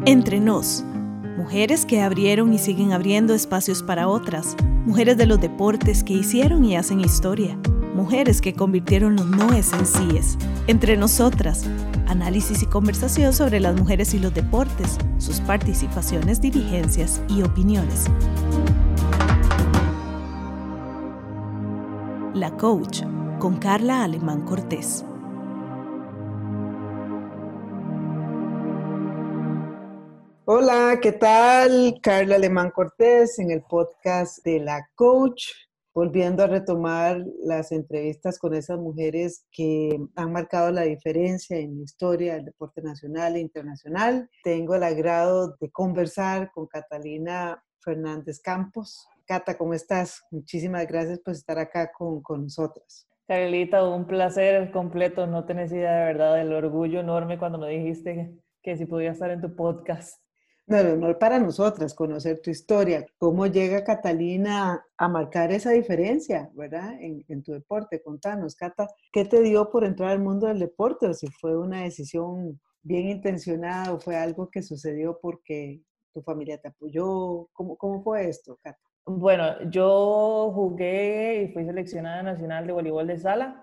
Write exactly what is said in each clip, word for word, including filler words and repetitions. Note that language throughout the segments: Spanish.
Entre nos, mujeres que abrieron y siguen abriendo espacios para otras, mujeres de los deportes que hicieron y hacen historia, mujeres que convirtieron los noes en síes. Entre nosotras, análisis y conversación sobre las mujeres y los deportes, sus participaciones, dirigencias y opiniones. La Coach, con Carla Alemán Cortés. Hola, ¿qué tal? Carla Alemán Cortés en el podcast de La Coach, volviendo a retomar las entrevistas con esas mujeres que han marcado la diferencia en la historia del deporte nacional e internacional. Tengo el agrado de conversar con Catalina Fernández Campos. Cata, ¿cómo estás? Muchísimas gracias por estar acá con, con nosotras. Carlita, un placer completo. No tenés idea de verdad del orgullo enorme cuando me dijiste que si podía estar en tu podcast. No, el honor para nosotras conocer tu historia, cómo llega Catalina a marcar esa diferencia, ¿verdad? En, en tu deporte. Contanos, Cata, ¿qué te dio por entrar al mundo del deporte? O si fue una decisión bien intencionada o fue algo que sucedió porque tu familia te apoyó. ¿Cómo, cómo fue esto, Cata? Bueno, yo jugué y fui seleccionada nacional de voleibol de sala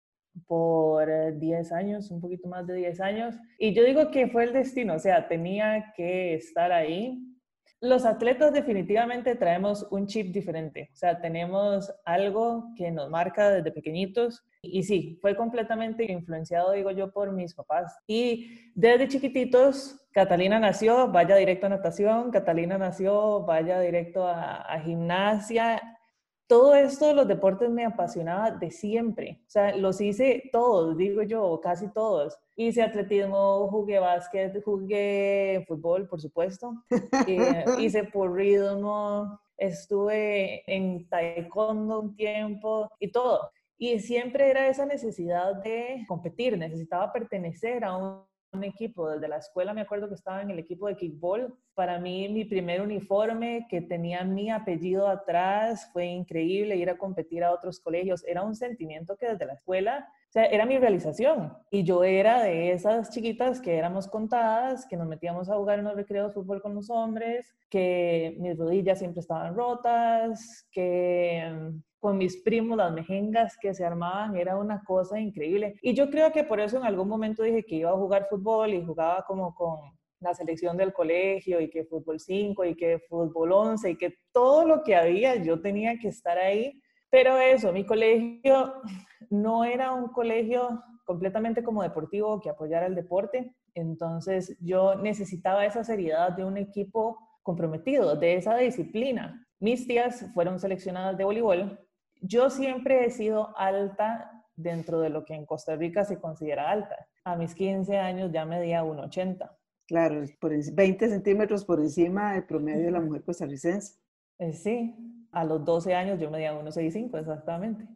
por diez años, un poquito más de diez años. Y yo digo que fue el destino, o sea, tenía que estar ahí. Los atletas definitivamente traemos un chip diferente, o sea, tenemos algo que nos marca desde pequeñitos. Y sí, fue completamente influenciado, digo yo, por mis papás. Y desde chiquititos, Catalina nació, vaya directo a natación, Catalina nació, vaya directo a, a gimnasia. Todo esto de los deportes me apasionaba de siempre. O sea, los hice todos, digo yo, casi todos. Hice atletismo, jugué básquet, jugué fútbol, por supuesto. Eh, hice porrismo, estuve en taekwondo un tiempo y todo. Y siempre era esa necesidad de competir, necesitaba pertenecer a un, un equipo. Desde la escuela me acuerdo que estaba en el equipo de kickball. Para mí, mi primer uniforme que tenía mi apellido atrás fue increíble. Ir a competir a otros colegios era un sentimiento que desde la escuela, o sea, era mi realización. Y yo era de esas chiquitas que éramos contadas, que nos metíamos a jugar en los recreos de fútbol con los hombres, que mis rodillas siempre estaban rotas, que con mis primos las mejengas que se armaban era una cosa increíble. Y yo creo que por eso en algún momento dije que iba a jugar fútbol y jugaba como con la selección del colegio y que fútbol cinco y que fútbol once y que todo lo que había yo tenía que estar ahí. Pero eso, mi colegio no era un colegio completamente como deportivo que apoyara el deporte. Entonces yo necesitaba esa seriedad de un equipo comprometido, de esa disciplina. Mis tías fueron seleccionadas de voleibol. Yo siempre he sido alta dentro de lo que en Costa Rica se considera alta. A mis quince años ya medía uno ochenta. Claro, por veinte centímetros por encima del promedio de la mujer costarricense. Eh, sí, a los doce años yo medía uno sesenta y cinco exactamente.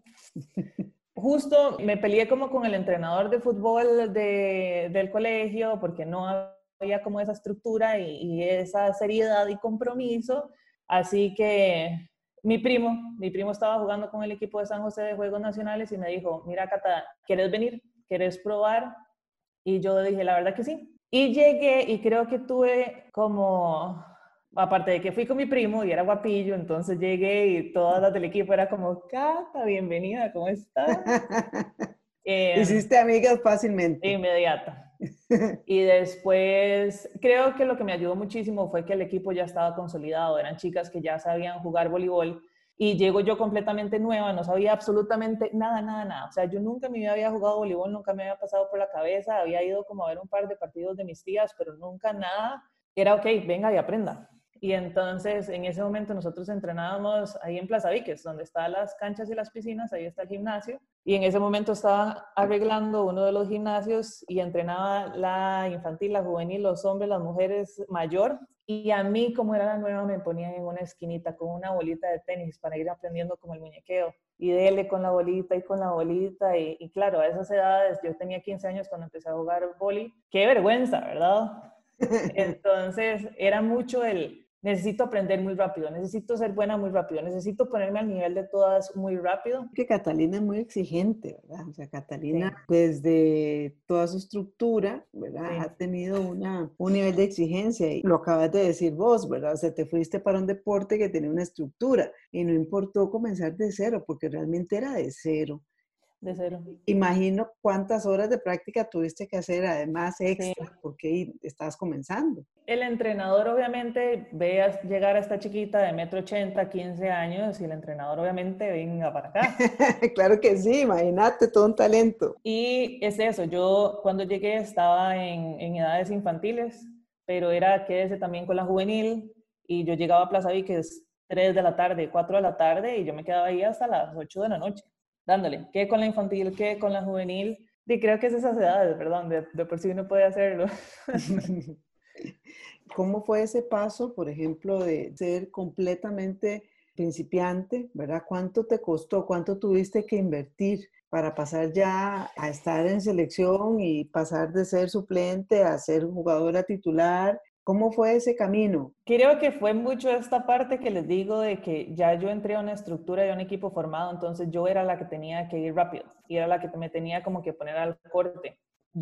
Justo me peleé como con el entrenador de fútbol de, del colegio porque no había como esa estructura y, y esa seriedad y compromiso. Así que mi primo, mi primo estaba jugando con el equipo de San José de Juegos Nacionales y me dijo, mira Cata, ¿quieres venir? ¿Quieres probar? Y yo dije, la verdad que sí. Y llegué y creo que tuve como, aparte de que fui con mi primo y era guapillo, entonces llegué y todas las del equipo era como, Cata, bienvenida, ¿cómo estás? eh, Hiciste amigas fácilmente. Inmediata. Y después, creo que lo que me ayudó muchísimo fue que el equipo ya estaba consolidado, eran chicas que ya sabían jugar voleibol. Y llego yo completamente nueva, no sabía absolutamente nada, nada, nada. O sea, yo nunca en mi vida había jugado voleibol, nunca me había pasado por la cabeza, había ido como a ver un par de partidos de mis tías, pero nunca nada. Era, ok, venga y aprenda. Y entonces, en ese momento nosotros entrenábamos ahí en Plaza Víquez, donde están las canchas y las piscinas, ahí está el gimnasio. Y en ese momento estaba arreglando uno de los gimnasios y entrenaba la infantil, la juvenil, los hombres, las mujeres mayor. Y a mí, como era la nueva, me ponían en una esquinita con una bolita de tenis para ir aprendiendo como el muñequeo. Y dele con la bolita y con la bolita. Y, y claro, a esas edades, yo tenía quince años cuando empecé a jugar vóley. ¡Qué vergüenza!, ¿verdad? Entonces, era mucho el, necesito aprender muy rápido, necesito ser buena muy rápido, necesito ponerme al nivel de todas muy rápido. Que Catalina es muy exigente, ¿verdad? O sea, Catalina Sí. desde toda su estructura, ¿verdad? Sí. Ha tenido una, un nivel de exigencia y lo acabas de decir vos, ¿verdad? O sea, te fuiste para un deporte que tenía una estructura y no importó comenzar de cero porque realmente era de cero. De cero. Imagino cuántas horas de práctica tuviste que hacer además Sí. extra porque estabas comenzando. El entrenador obviamente ve a llegar a esta chiquita de metro ochenta, quince años, y el entrenador obviamente venga para acá. Claro que sí, imagínate, todo un talento. Y es eso, yo cuando llegué estaba en, en edades infantiles, pero era quédese también con la juvenil, y yo llegaba a Plaza Víquez tres de la tarde, cuatro de la tarde, y yo me quedaba ahí hasta las ocho de la noche, dándole, qué con la infantil, qué con la juvenil, y creo que es esas edades, perdón, de, de por sí uno puede hacerlo. ¿Cómo fue ese paso, por ejemplo, de ser completamente principiante, ¿verdad? ¿Cuánto te costó? ¿Cuánto tuviste que invertir para pasar ya a estar en selección y pasar de ser suplente a ser jugadora titular? ¿Cómo fue ese camino? Creo que fue mucho esta parte que les digo de que ya yo entré a una estructura y a un equipo formado, entonces yo era la que tenía que ir rápido y era la que me tenía como que poner al corte.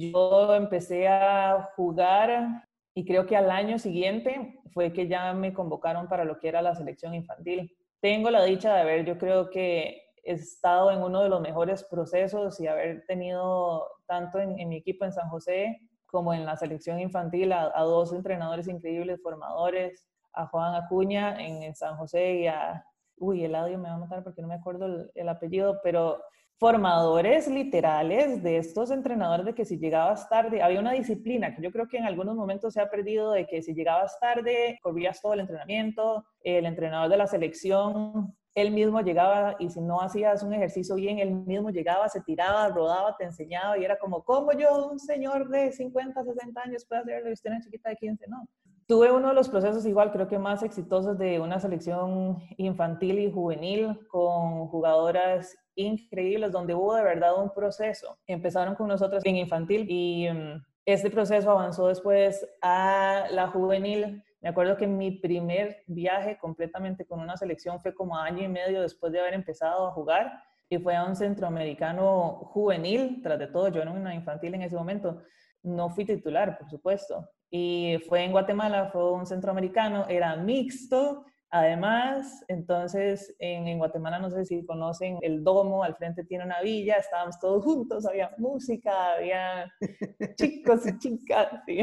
Yo empecé a jugar y creo que al año siguiente fue que ya me convocaron para lo que era la selección infantil. Tengo la dicha de haber, yo creo que he estado en uno de los mejores procesos y haber tenido tanto en, en mi equipo en San José como en la selección infantil a, a dos entrenadores increíbles, formadores, a Juan Acuña en, en San José y a, uy, Eladio me va a matar porque no me acuerdo el, el apellido, pero formadores literales de estos entrenadores de que si llegabas tarde, había una disciplina que yo creo que en algunos momentos se ha perdido, de que si llegabas tarde, corrías todo el entrenamiento, el entrenador de la selección, él mismo llegaba y si no hacías un ejercicio bien, él mismo llegaba, se tiraba, rodaba, te enseñaba y era como, ¿cómo yo, un señor de cincuenta, sesenta años, puedo hacerlo y usted una chiquita de quince? No. Tuve uno de los procesos igual, creo que más exitosos de una selección infantil y juvenil con jugadoras increíbles, donde hubo de verdad un proceso. Empezaron con nosotros en infantil y um, este proceso avanzó después a la juvenil. Me acuerdo que mi primer viaje completamente con una selección fue como año y medio después de haber empezado a jugar y fue a un centroamericano juvenil. Tras de todo, yo era una infantil en ese momento. No fui titular, por supuesto. Y fue en Guatemala, fue un centroamericano, era mixto. Además, entonces en, en Guatemala, no sé si conocen el Domo, al frente tiene una villa, estábamos todos juntos, había música, había chicos y chicas. ¿Sí?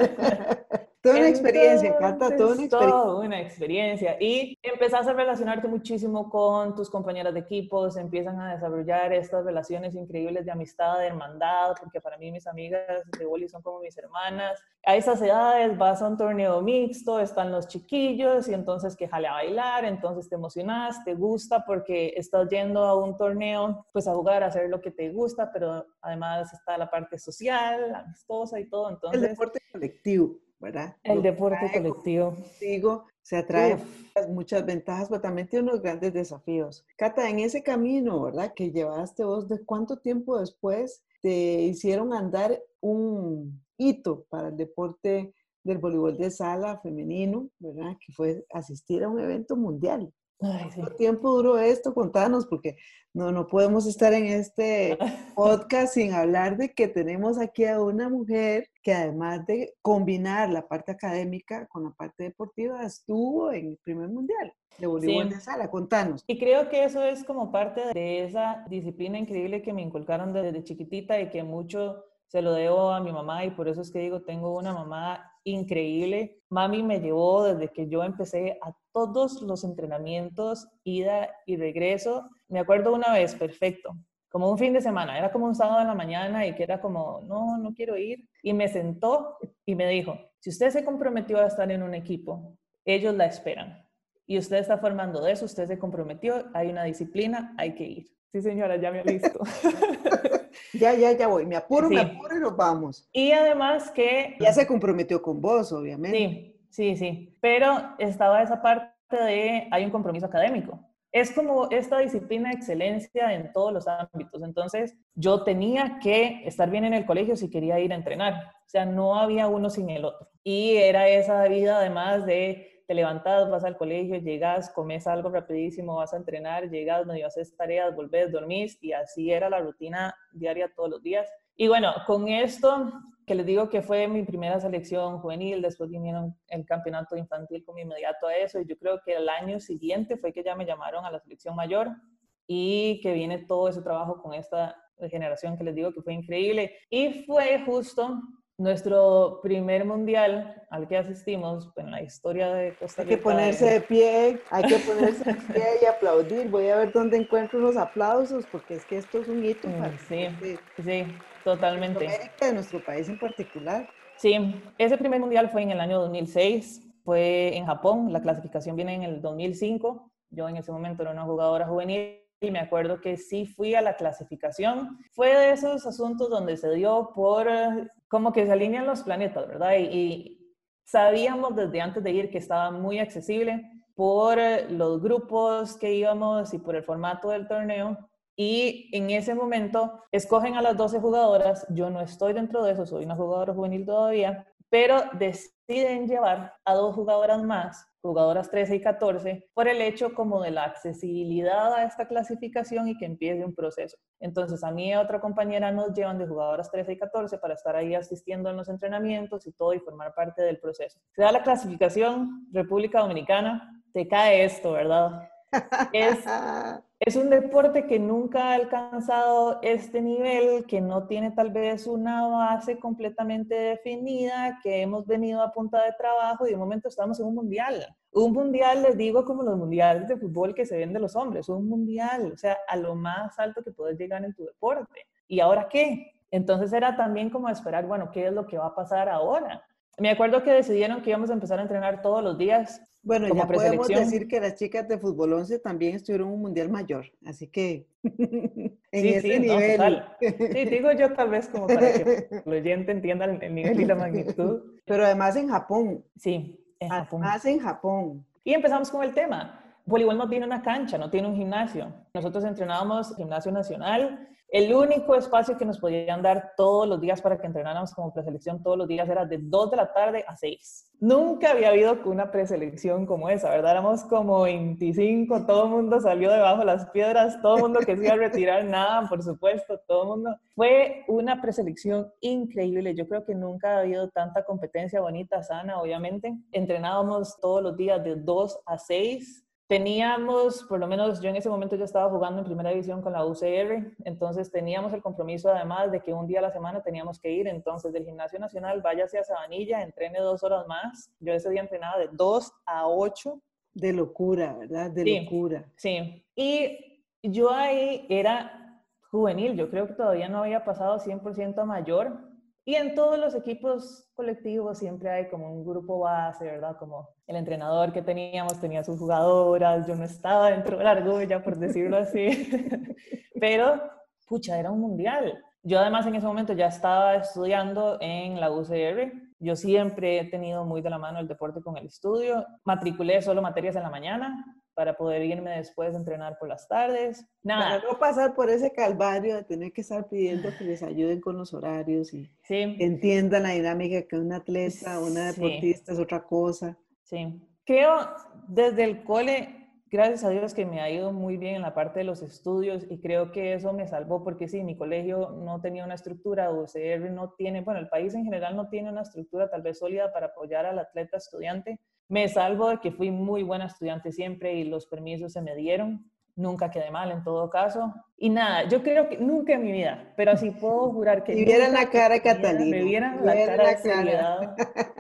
Toda una experiencia, Cata, toda una experiencia. Toda una experiencia. Y empezás a relacionarte muchísimo con tus compañeras de equipo, se empiezan a desarrollar estas relaciones increíbles de amistad, de hermandad, porque para mí mis amigas de vóley son como mis hermanas. A esas edades vas a un torneo mixto, están los chiquillos y entonces que jale a bailar, entonces te emocionas, te gusta porque estás yendo a un torneo pues a jugar, a hacer lo que te gusta, pero además está la parte social, amistosa y todo. Entonces, el deporte colectivo, ¿verdad? El Lo deporte colectivo. Contigo, se atrae Uf. muchas ventajas, pero también tiene unos grandes desafíos. Cata, en ese camino, ¿verdad? Que llevaste vos, ¿de cuánto tiempo después te hicieron andar un hito para el deporte del voleibol de sala femenino, ¿verdad? Que fue asistir a un evento mundial. Ay, sí. ¿Cuánto tiempo duró esto? Contanos, porque no, no podemos estar en este podcast sin hablar de que tenemos aquí a una mujer que además de combinar la parte académica con la parte deportiva, estuvo en el primer mundial de voleibol sí. de sala. Contanos. Y creo que eso es como parte de esa disciplina increíble que me inculcaron desde chiquitita y que mucho se lo debo a mi mamá, y por eso es que digo, tengo una mamá increíble. Mami me llevó desde que yo empecé a todos los entrenamientos, ida y regreso. Me acuerdo una vez, perfecto, como un fin de semana, era como un sábado en la mañana y que era como, no, no quiero ir. Y me sentó y me dijo, si usted se comprometió a estar en un equipo, ellos la esperan. Y usted está formando de eso, usted se comprometió, hay una disciplina, hay que ir. Sí, señora, ya me he visto. Ya, ya, ya voy. Me apuro, sí. me apuro y nos vamos. Y además que... Ya se comprometió con vos, obviamente. Sí, sí, sí. Pero estaba esa parte de, hay un compromiso académico. Es como esta disciplina de excelencia en todos los ámbitos. Entonces, yo tenía que estar bien en el colegio si quería ir a entrenar. O sea, no había uno sin el otro. Y era esa vida, además, de te levantas, vas al colegio, llegas, comes algo rapidísimo, vas a entrenar, llegas, medio haces tareas, volvés, dormís, y así era la rutina diaria todos los días. Y bueno, con esto, que les digo que fue mi primera selección juvenil, después vinieron el campeonato infantil como inmediato a eso, y yo creo que el año siguiente fue que ya me llamaron a la selección mayor, y que viene todo ese trabajo con esta generación que les digo que fue increíble. Y fue justo nuestro primer mundial al que asistimos en la historia de Costa Rica. Hay que ponerse de pie, hay que ponerse de pie y aplaudir. Voy a ver dónde encuentro los aplausos, porque es que esto es un hito para Sí, este, sí, totalmente. de América, de nuestro país en particular. Sí, ese primer mundial fue en el año dos mil seis, fue en Japón, la clasificación viene en el dos mil cinco, yo en ese momento era una jugadora juvenil y me acuerdo que sí fui a la clasificación. Fue de esos asuntos donde se dio por como que se alinean los planetas, ¿verdad? Y, y sabíamos desde antes de ir que estaba muy accesible por los grupos que íbamos y por el formato del torneo. Y en ese momento escogen a las doce jugadoras, yo no estoy dentro de eso, soy una jugadora juvenil todavía, pero deciden llevar a dos jugadoras más, jugadoras trece y catorce, por el hecho como de la accesibilidad a esta clasificación y que empiece un proceso. Entonces a mí y a otra compañera nos llevan de jugadoras trece y catorce para estar ahí asistiendo en los entrenamientos y todo y formar parte del proceso. Se da la clasificación, República Dominicana, te cae esto, ¿verdad? Es, es un deporte que nunca ha alcanzado este nivel, que no tiene tal vez una base completamente definida, que hemos venido a punta de trabajo y de momento estamos en un mundial. Un mundial, les digo, como los mundiales de fútbol que se ven de los hombres, un mundial, o sea, a lo más alto que puedes llegar en tu deporte. ¿Y ahora qué? Entonces era también como esperar, bueno, ¿qué es lo que va a pasar ahora? Me acuerdo que decidieron que íbamos a empezar a entrenar todos los días. Bueno, ya podemos decir que las chicas de fútbol once también estuvieron en un mundial mayor, así que en sí, ese sí, nivel. No, total. Sí, digo yo tal vez como para que el oyente entienda el nivel y la magnitud. Pero además en Japón. Sí, en Japón. Además en Japón. Y empezamos con el tema. Voleibol no tiene una cancha, no tiene un gimnasio. Nosotros entrenábamos en Gimnasio Nacional. El único espacio que nos podían dar todos los días para que entrenáramos como preselección todos los días era de dos de la tarde a seis. Nunca había habido una preselección como esa, ¿verdad? Éramos como veinticinco, todo el mundo salió debajo de las piedras, todo el mundo que se iba a retirar, nada, por supuesto, todo el mundo. Fue una preselección increíble. Yo creo que nunca ha habido tanta competencia bonita, sana, obviamente. Entrenábamos todos los días de dos a seis. Teníamos, por lo menos yo en ese momento ya estaba jugando en primera división con la U C R, entonces teníamos el compromiso además de que un día a la semana teníamos que ir, entonces del Gimnasio Nacional váyase a Sabanilla, entrene dos horas más. Yo ese día entrenaba de dos a ocho. De locura, ¿verdad? De sí, locura. Sí, y yo ahí era juvenil, yo creo que todavía no había pasado cien por ciento a mayor. Y en todos los equipos colectivos siempre hay como un grupo base, ¿verdad? Como el entrenador que teníamos tenía sus jugadoras, yo no estaba dentro de la argolla, por decirlo así. Pero, pucha, era un mundial. Yo además en ese momento ya estaba estudiando en la U C R. Yo siempre he tenido muy de la mano el deporte con el estudio. Matriculé solo materias en la mañana para poder irme después a entrenar por las tardes. Nada. Para no pasar por ese calvario de tener que estar pidiendo que les ayuden con los horarios y sí. que entiendan la dinámica que un atleta o una deportista sí. es otra cosa. Sí. Creo desde el cole, gracias a Dios que me ha ido muy bien en la parte de los estudios y creo que eso me salvó porque sí, mi colegio no tenía una estructura, U C R no tiene, bueno, el país en general no tiene una estructura tal vez sólida para apoyar al atleta estudiante. Me salvo de que fui muy buena estudiante siempre y los permisos se me dieron. Nunca quedé mal en todo caso. Y nada, yo creo que nunca en mi vida, pero así puedo jurar que... Y vieran la cara de Catalina. Me vieran la cara de seriedad.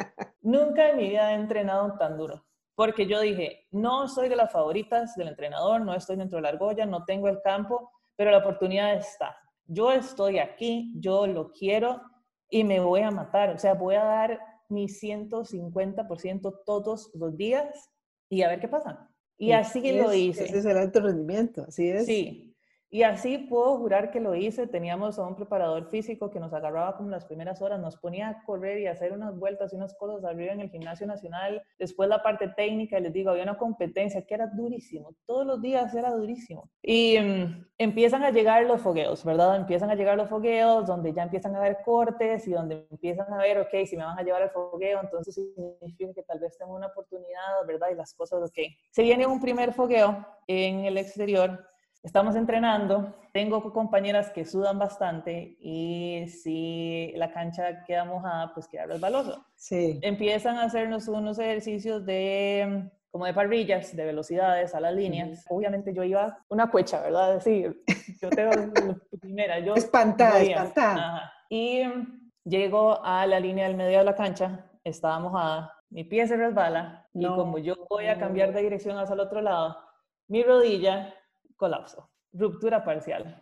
Nunca en mi vida he entrenado tan duro. Porque yo dije, no soy de las favoritas del entrenador, no estoy dentro de la argolla, no tengo el campo, pero la oportunidad está. Yo estoy aquí, yo lo quiero y me voy a matar. O sea, voy a dar mi ciento cincuenta por ciento todos los días y a ver qué pasa. Y así es, lo hice. Ese es el alto rendimiento, así es. Sí. Y así puedo jurar que lo hice. Teníamos a un preparador físico que nos agarraba como las primeras horas, nos ponía a correr y a hacer unas vueltas y unas cosas arriba en el Gimnasio Nacional. Después la parte técnica, les digo, había una competencia que era durísimo. Todos los días era durísimo. Y um, empiezan a llegar los fogueos, ¿verdad? Empiezan a llegar los fogueos donde ya empiezan a haber cortes y donde empiezan a ver, ok, si me van a llevar al fogueo, entonces significa que tal vez tengo una oportunidad, ¿verdad? Y las cosas, ok. Se viene un primer fogueo en el exterior. Estamos entrenando, tengo compañeras que sudan bastante y si la cancha queda mojada, pues queda resbaloso. Sí. Empiezan a hacernos unos ejercicios de, como de parrillas, de velocidades a las líneas. Uh-huh. Obviamente yo iba una cuecha, ¿verdad? Sí, yo tengo la primera. Yo espantada, espantada. Ajá. Y llego a la línea del medio de la cancha, estaba mojada, mi pie se resbala no. Y como yo voy a cambiar de dirección hacia el otro lado, mi rodilla... colapso, ruptura parcial.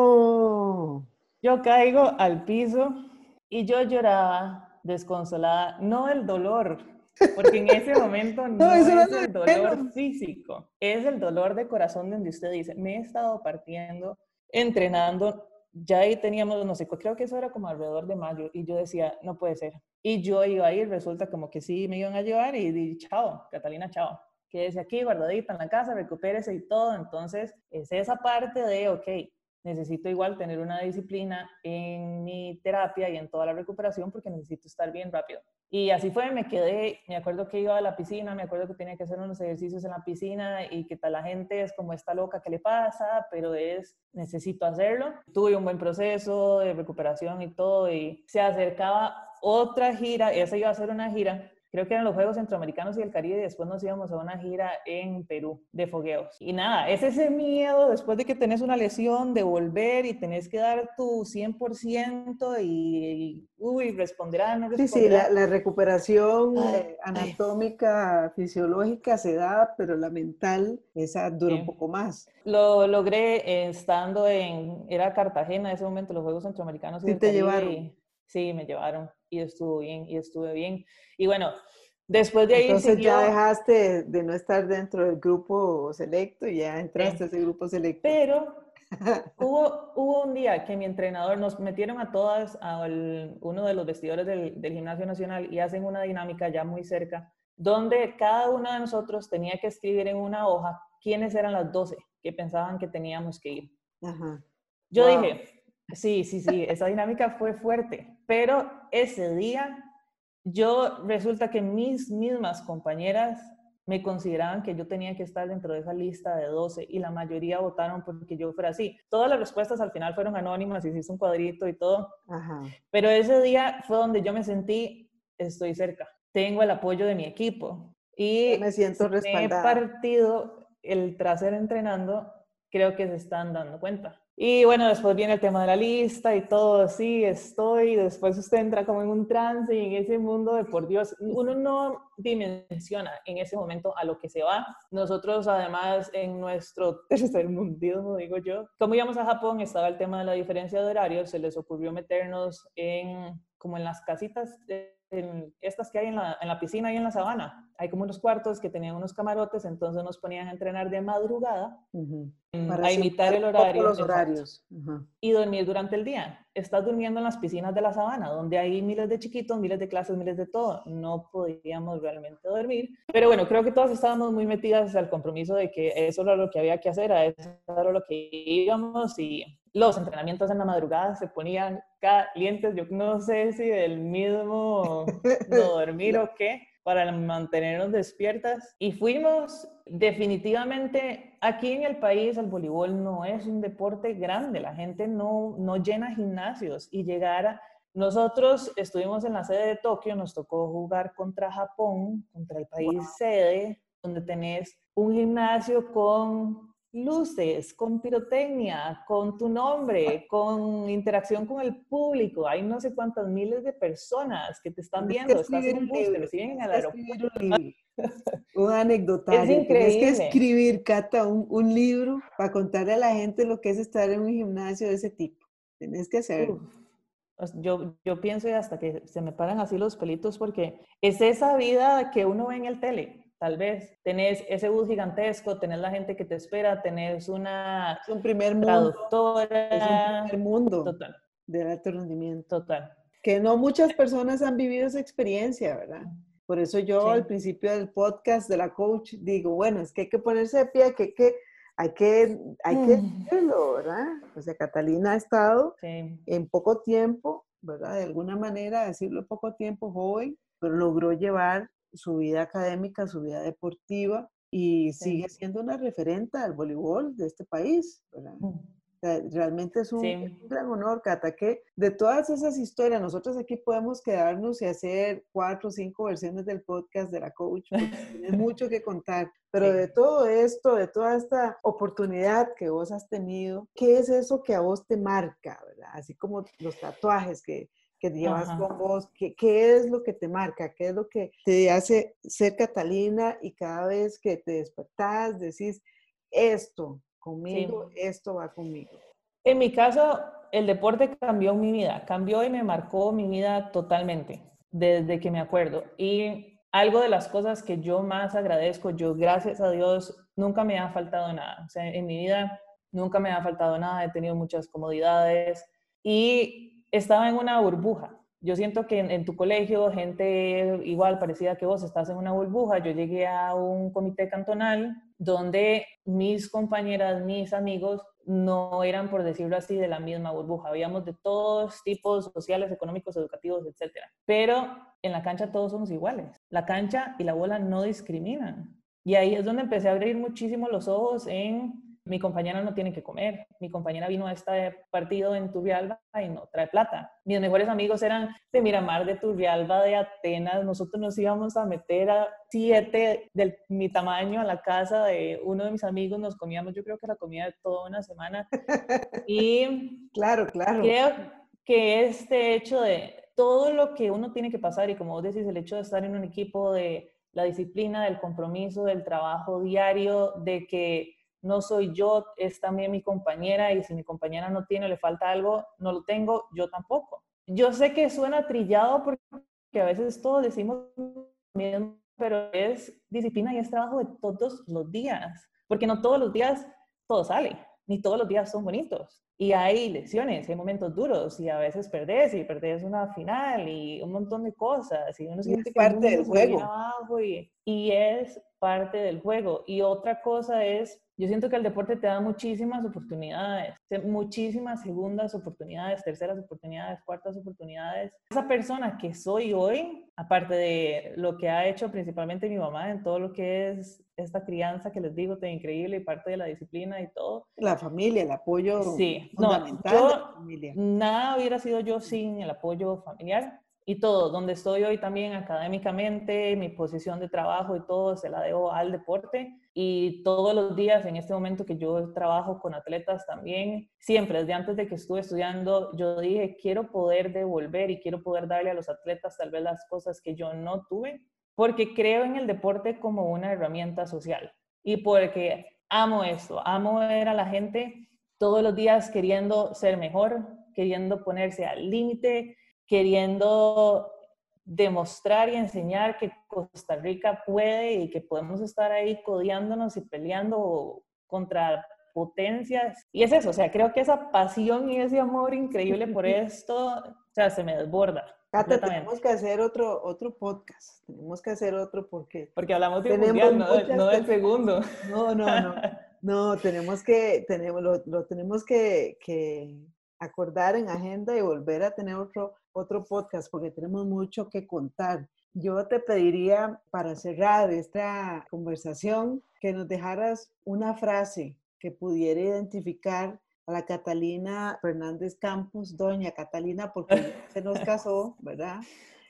No. Yo caigo al piso y yo lloraba desconsolada, no del dolor, porque en ese momento no, no es el dolor bueno. físico, es el dolor de corazón donde usted dice, me he estado partiendo, entrenando, ya ahí teníamos, no sé, creo que eso era como alrededor de mayo, y yo decía, no puede ser. Y yo iba a ir, resulta como que sí me iban a llevar y dije, chao, Catalina, chao. Quédese aquí guardadita en la casa, recupérese y todo. Entonces, es esa parte de, ok, necesito igual tener una disciplina en mi terapia y en toda la recuperación porque necesito estar bien rápido. Y así fue, me quedé, me acuerdo que iba a la piscina, me acuerdo que tenía que hacer unos ejercicios en la piscina y que tal la gente es como esta loca que le pasa, pero es, necesito hacerlo. Tuve un buen proceso de recuperación y todo y se acercaba otra gira, esa iba a ser una gira. Creo que eran los Juegos Centroamericanos y el Caribe y después nos íbamos a una gira en Perú de fogueos. Y nada, es ese miedo después de que tenés una lesión de volver y tenés que dar tu cien por ciento y, y uy, responderá, no responderá. Sí, sí, la, la recuperación eh, anatómica, fisiológica se da, pero la mental, esa dura sí. un poco más. Lo logré eh, estando en, era Cartagena en ese momento, los Juegos Centroamericanos y sí, del te Caribe. Llevaron. Y, sí, me llevaron y estuvo bien, y estuve bien. Y bueno, después de ahí entonces siguió... ya dejaste de no estar dentro del grupo selecto y ya entraste sí. a ese grupo selecto. Pero hubo, hubo un día que mi entrenador nos metieron a todas a el, uno de los vestidores del, del Gimnasio Nacional y hacen una dinámica ya muy cerca, donde cada uno de nosotros tenía que escribir en una hoja quiénes eran las doce que pensaban que teníamos que ir. Ajá. Yo wow. dije, sí, sí, sí, esa dinámica fue fuerte, pero ese día... Yo resulta que mis mismas compañeras me consideraban que yo tenía que estar dentro de esa lista de doce y la mayoría votaron porque yo fuera así. Todas las respuestas al final fueron anónimas y se hizo un cuadrito y todo. Ajá. Pero ese día fue donde yo me sentí, estoy cerca, tengo el apoyo de mi equipo. Y yo me siento si respaldada. me he partido el trasero entrenando, creo que se están dando cuenta. Y bueno, después viene el tema de la lista y todo, sí, estoy, después usted entra como en un trance y en ese mundo de por Dios, uno no dimensiona en ese momento a lo que se va. Nosotros además en nuestro tercermundismo, digo yo, como íbamos a Japón, estaba el tema de la diferencia de horarios, se les ocurrió meternos en, como en las casitas de, en estas que hay en la, en la piscina y en la sabana. Hay como unos cuartos que tenían unos camarotes, entonces nos ponían a entrenar de madrugada, uh-huh. a imitar el horario. Los horarios. Uh-huh. Y dormir durante el día. Estás durmiendo en las piscinas de la sabana, donde hay miles de chiquitos, miles de clases, miles de todo. No podíamos realmente dormir. Pero bueno, creo que todas estábamos muy metidas al compromiso de que eso era lo que había que hacer, a eso era lo que íbamos y los entrenamientos en la madrugada se ponían calientes. Yo no sé si del mismo no dormir o qué, para mantenernos despiertas. Y fuimos, definitivamente, aquí en el país el voleibol no es un deporte grande, la gente no, no llena gimnasios y llegar a... Nosotros estuvimos en la sede de Tokio, nos tocó jugar contra Japón, contra el país wow. sede, donde tenés un gimnasio con luces, con pirotecnia, con tu nombre, con interacción con el público. Hay no sé cuántas miles de personas que te están viendo. Estás en un bus, te reciben en el aeropuerto. Un, un anecdotario. Es increíble. Tienes que escribir, Cata, un, un libro para contarle a la gente lo que es estar en un gimnasio de ese tipo. Tienes que hacerlo. Uf. Yo, yo pienso y hasta que se me paran así los pelitos porque es esa vida que uno ve en el tele. tal vez. Tenés ese bus gigantesco, tenés la gente que te espera, tenés una es un primer mundo, traductora. es un primer mundo Total. del alto rendimiento. Total. Que no muchas personas han vivido esa experiencia, ¿verdad? Por eso yo Sí. al principio del podcast de la coach digo, bueno, es que hay que ponerse de pie, que, que hay que, hay que decirlo, ¿verdad? O sea, Catalina ha estado Sí. en poco tiempo, ¿verdad? De alguna manera, decirlo poco tiempo, joven, pero logró llevar su vida académica, su vida deportiva y Sí. sigue siendo una referente del voleibol de este país, ¿verdad? Mm. O sea, realmente es un, Sí. es un gran honor, Cata, que de todas esas historias, nosotros aquí podemos quedarnos y hacer cuatro o cinco versiones del podcast de la coach, porque tienes mucho que contar, pero Sí. de todo esto, de toda esta oportunidad que vos has tenido, ¿qué es eso que a vos te marca, verdad? Así como los tatuajes que, que llevas Ajá. con vos, ¿qué, ¿qué es lo que te marca? ¿Qué es lo que te hace ser Catalina y cada vez que te despertás decís, esto conmigo, Sí. esto va conmigo? En mi caso, el deporte cambió mi vida, cambió y me marcó mi vida totalmente, desde que me acuerdo. Y algo de las cosas que yo más agradezco, yo gracias a Dios, nunca me ha faltado nada. O sea, en mi vida nunca me ha faltado nada, he tenido muchas comodidades y estaba en una burbuja. Yo siento que en, en tu colegio, gente igual parecida que vos, estás en una burbuja. Yo llegué a un comité cantonal donde mis compañeras, mis amigos, no eran, por decirlo así, de la misma burbuja. Habíamos de todos tipos sociales, económicos, educativos, etcétera. Pero en la cancha todos somos iguales. La cancha y la bola no discriminan. Y ahí es donde empecé a abrir muchísimo los ojos en mi compañera no tiene que comer, mi compañera vino a este partido en Turrialba y no trae plata. Mis mejores amigos eran de Miramar, de Turrialba, de Atenas. Nosotros nos íbamos a meter a siete de mi tamaño a la casa de uno de mis amigos, nos comíamos, yo creo que la comida de toda una semana. Y claro, claro. Creo que este hecho de todo lo que uno tiene que pasar, y como vos decís, el hecho de estar en un equipo, de la disciplina, del compromiso, del trabajo diario, de que no soy yo, es también mi compañera, y si mi compañera no tiene, le falta algo, no lo tengo, yo tampoco. Yo sé que suena trillado porque a veces todos decimos lo mismo, pero es disciplina y es trabajo de todos los días, porque no todos los días todo sale, ni todos los días son bonitos. Y hay lesiones, hay momentos duros, y a veces perdés, y perdés una final, y un montón de cosas, y uno Y siente es que el parte mundo del se le viene juego. abajo, y, y es parte del juego. Y otra cosa es, yo siento que el deporte te da muchísimas oportunidades, muchísimas segundas oportunidades, terceras oportunidades, cuartas oportunidades. Esa persona que soy hoy, aparte de lo que ha hecho principalmente mi mamá en todo lo que es esta crianza que les digo tan increíble y parte de la disciplina y todo. La familia, el apoyo Sí, no, fundamental de la yo, familia. nada hubiera sido yo sin el apoyo familiar. Y todo, donde estoy hoy también académicamente, mi posición de trabajo y todo se la debo al deporte. Y todos los días, en este momento que yo trabajo con atletas también, siempre, desde antes de que estuve estudiando, yo dije, quiero poder devolver y quiero poder darle a los atletas tal vez las cosas que yo no tuve, porque creo en el deporte como una herramienta social. Y porque amo esto, amo ver a la gente todos los días queriendo ser mejor, queriendo ponerse al límite, queriendo demostrar y enseñar que Costa Rica puede y que podemos estar ahí codeándonos y peleando contra potencias. Y es eso, o sea, creo que esa pasión y ese amor increíble por esto, o sea, se me desborda. Cata, tenemos que hacer otro, otro podcast, tenemos que hacer otro porque, porque hablamos de un tenemos mundial, no, de, no muchas, del segundo. No, no, no, no, tenemos que, tenemos, lo, lo tenemos que, que acordar en agenda y volver a tener otro, otro podcast porque tenemos mucho que contar. Yo te pediría para cerrar esta conversación que nos dejaras una frase que pudiera identificar a la Catalina Fernández Campos, doña Catalina, porque ya se nos casó, ¿verdad?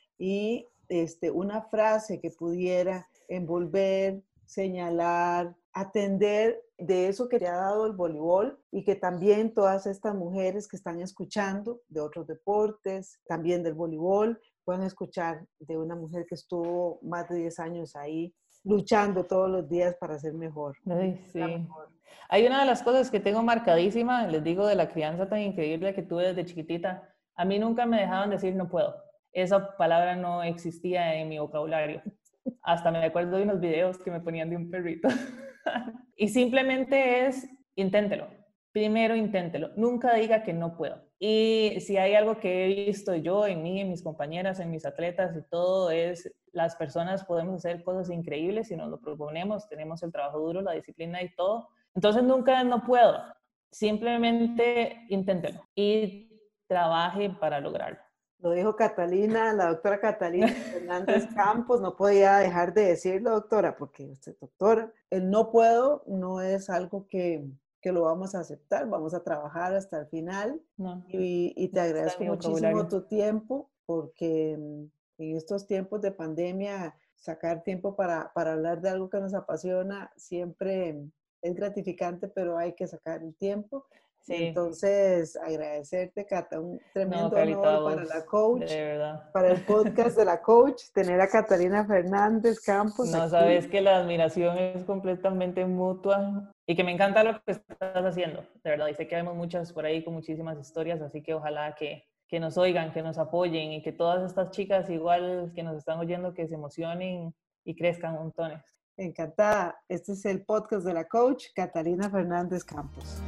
Y este, una frase que pudiera envolver, señalar, atender de eso que te ha dado el voleibol y que también todas estas mujeres que están escuchando de otros deportes, también del voleibol, puedan escuchar de una mujer que estuvo más de diez años ahí luchando todos los días para ser mejor. Ay, sí. Mejor. Hay una de las cosas que tengo marcadísima, les digo, de la crianza tan increíble que tuve desde chiquitita. A mí nunca me dejaban decir no puedo. Esa palabra no existía en mi vocabulario. Hasta me acuerdo de unos videos que me ponían de un perrito. Y simplemente es, inténtelo. Primero inténtelo. Nunca diga que no puedo. Y si hay algo que he visto yo en mí, en mis compañeras, en mis atletas y todo, es las personas podemos hacer cosas increíbles si nos lo proponemos, tenemos el trabajo duro, la disciplina y todo. Entonces nunca no puedo. Simplemente inténtelo y trabaje para lograrlo. Lo dijo Catalina, la doctora Catalina Fernández Campos, no podía dejar de decirlo, doctora, porque usted, doctora, el no puedo no es algo que, que lo vamos a aceptar, vamos a trabajar hasta el final. No, y, y te agradezco muchísimo vocabulario. tu tiempo, porque en estos tiempos de pandemia, sacar tiempo para, para hablar de algo que nos apasiona siempre es gratificante, pero hay que sacar el tiempo. Sí. Entonces, agradecerte, Cata, un tremendo no, honor para la coach, de verdad. Para el podcast de la coach, tener a Catalina Fernández Campos. No, aquí. Sabes que la admiración es completamente mutua y que me encanta lo que estás haciendo, de verdad. Y sé que hay muchas por ahí con muchísimas historias, así que ojalá que, que nos oigan, que nos apoyen y que todas estas chicas igual que nos están oyendo, que se emocionen y crezcan montones. Encantada. Este es el podcast de la coach, Catalina Fernández Campos.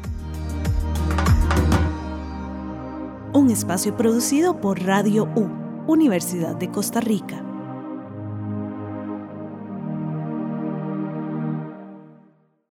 Un espacio producido por Radio U, Universidad de Costa Rica.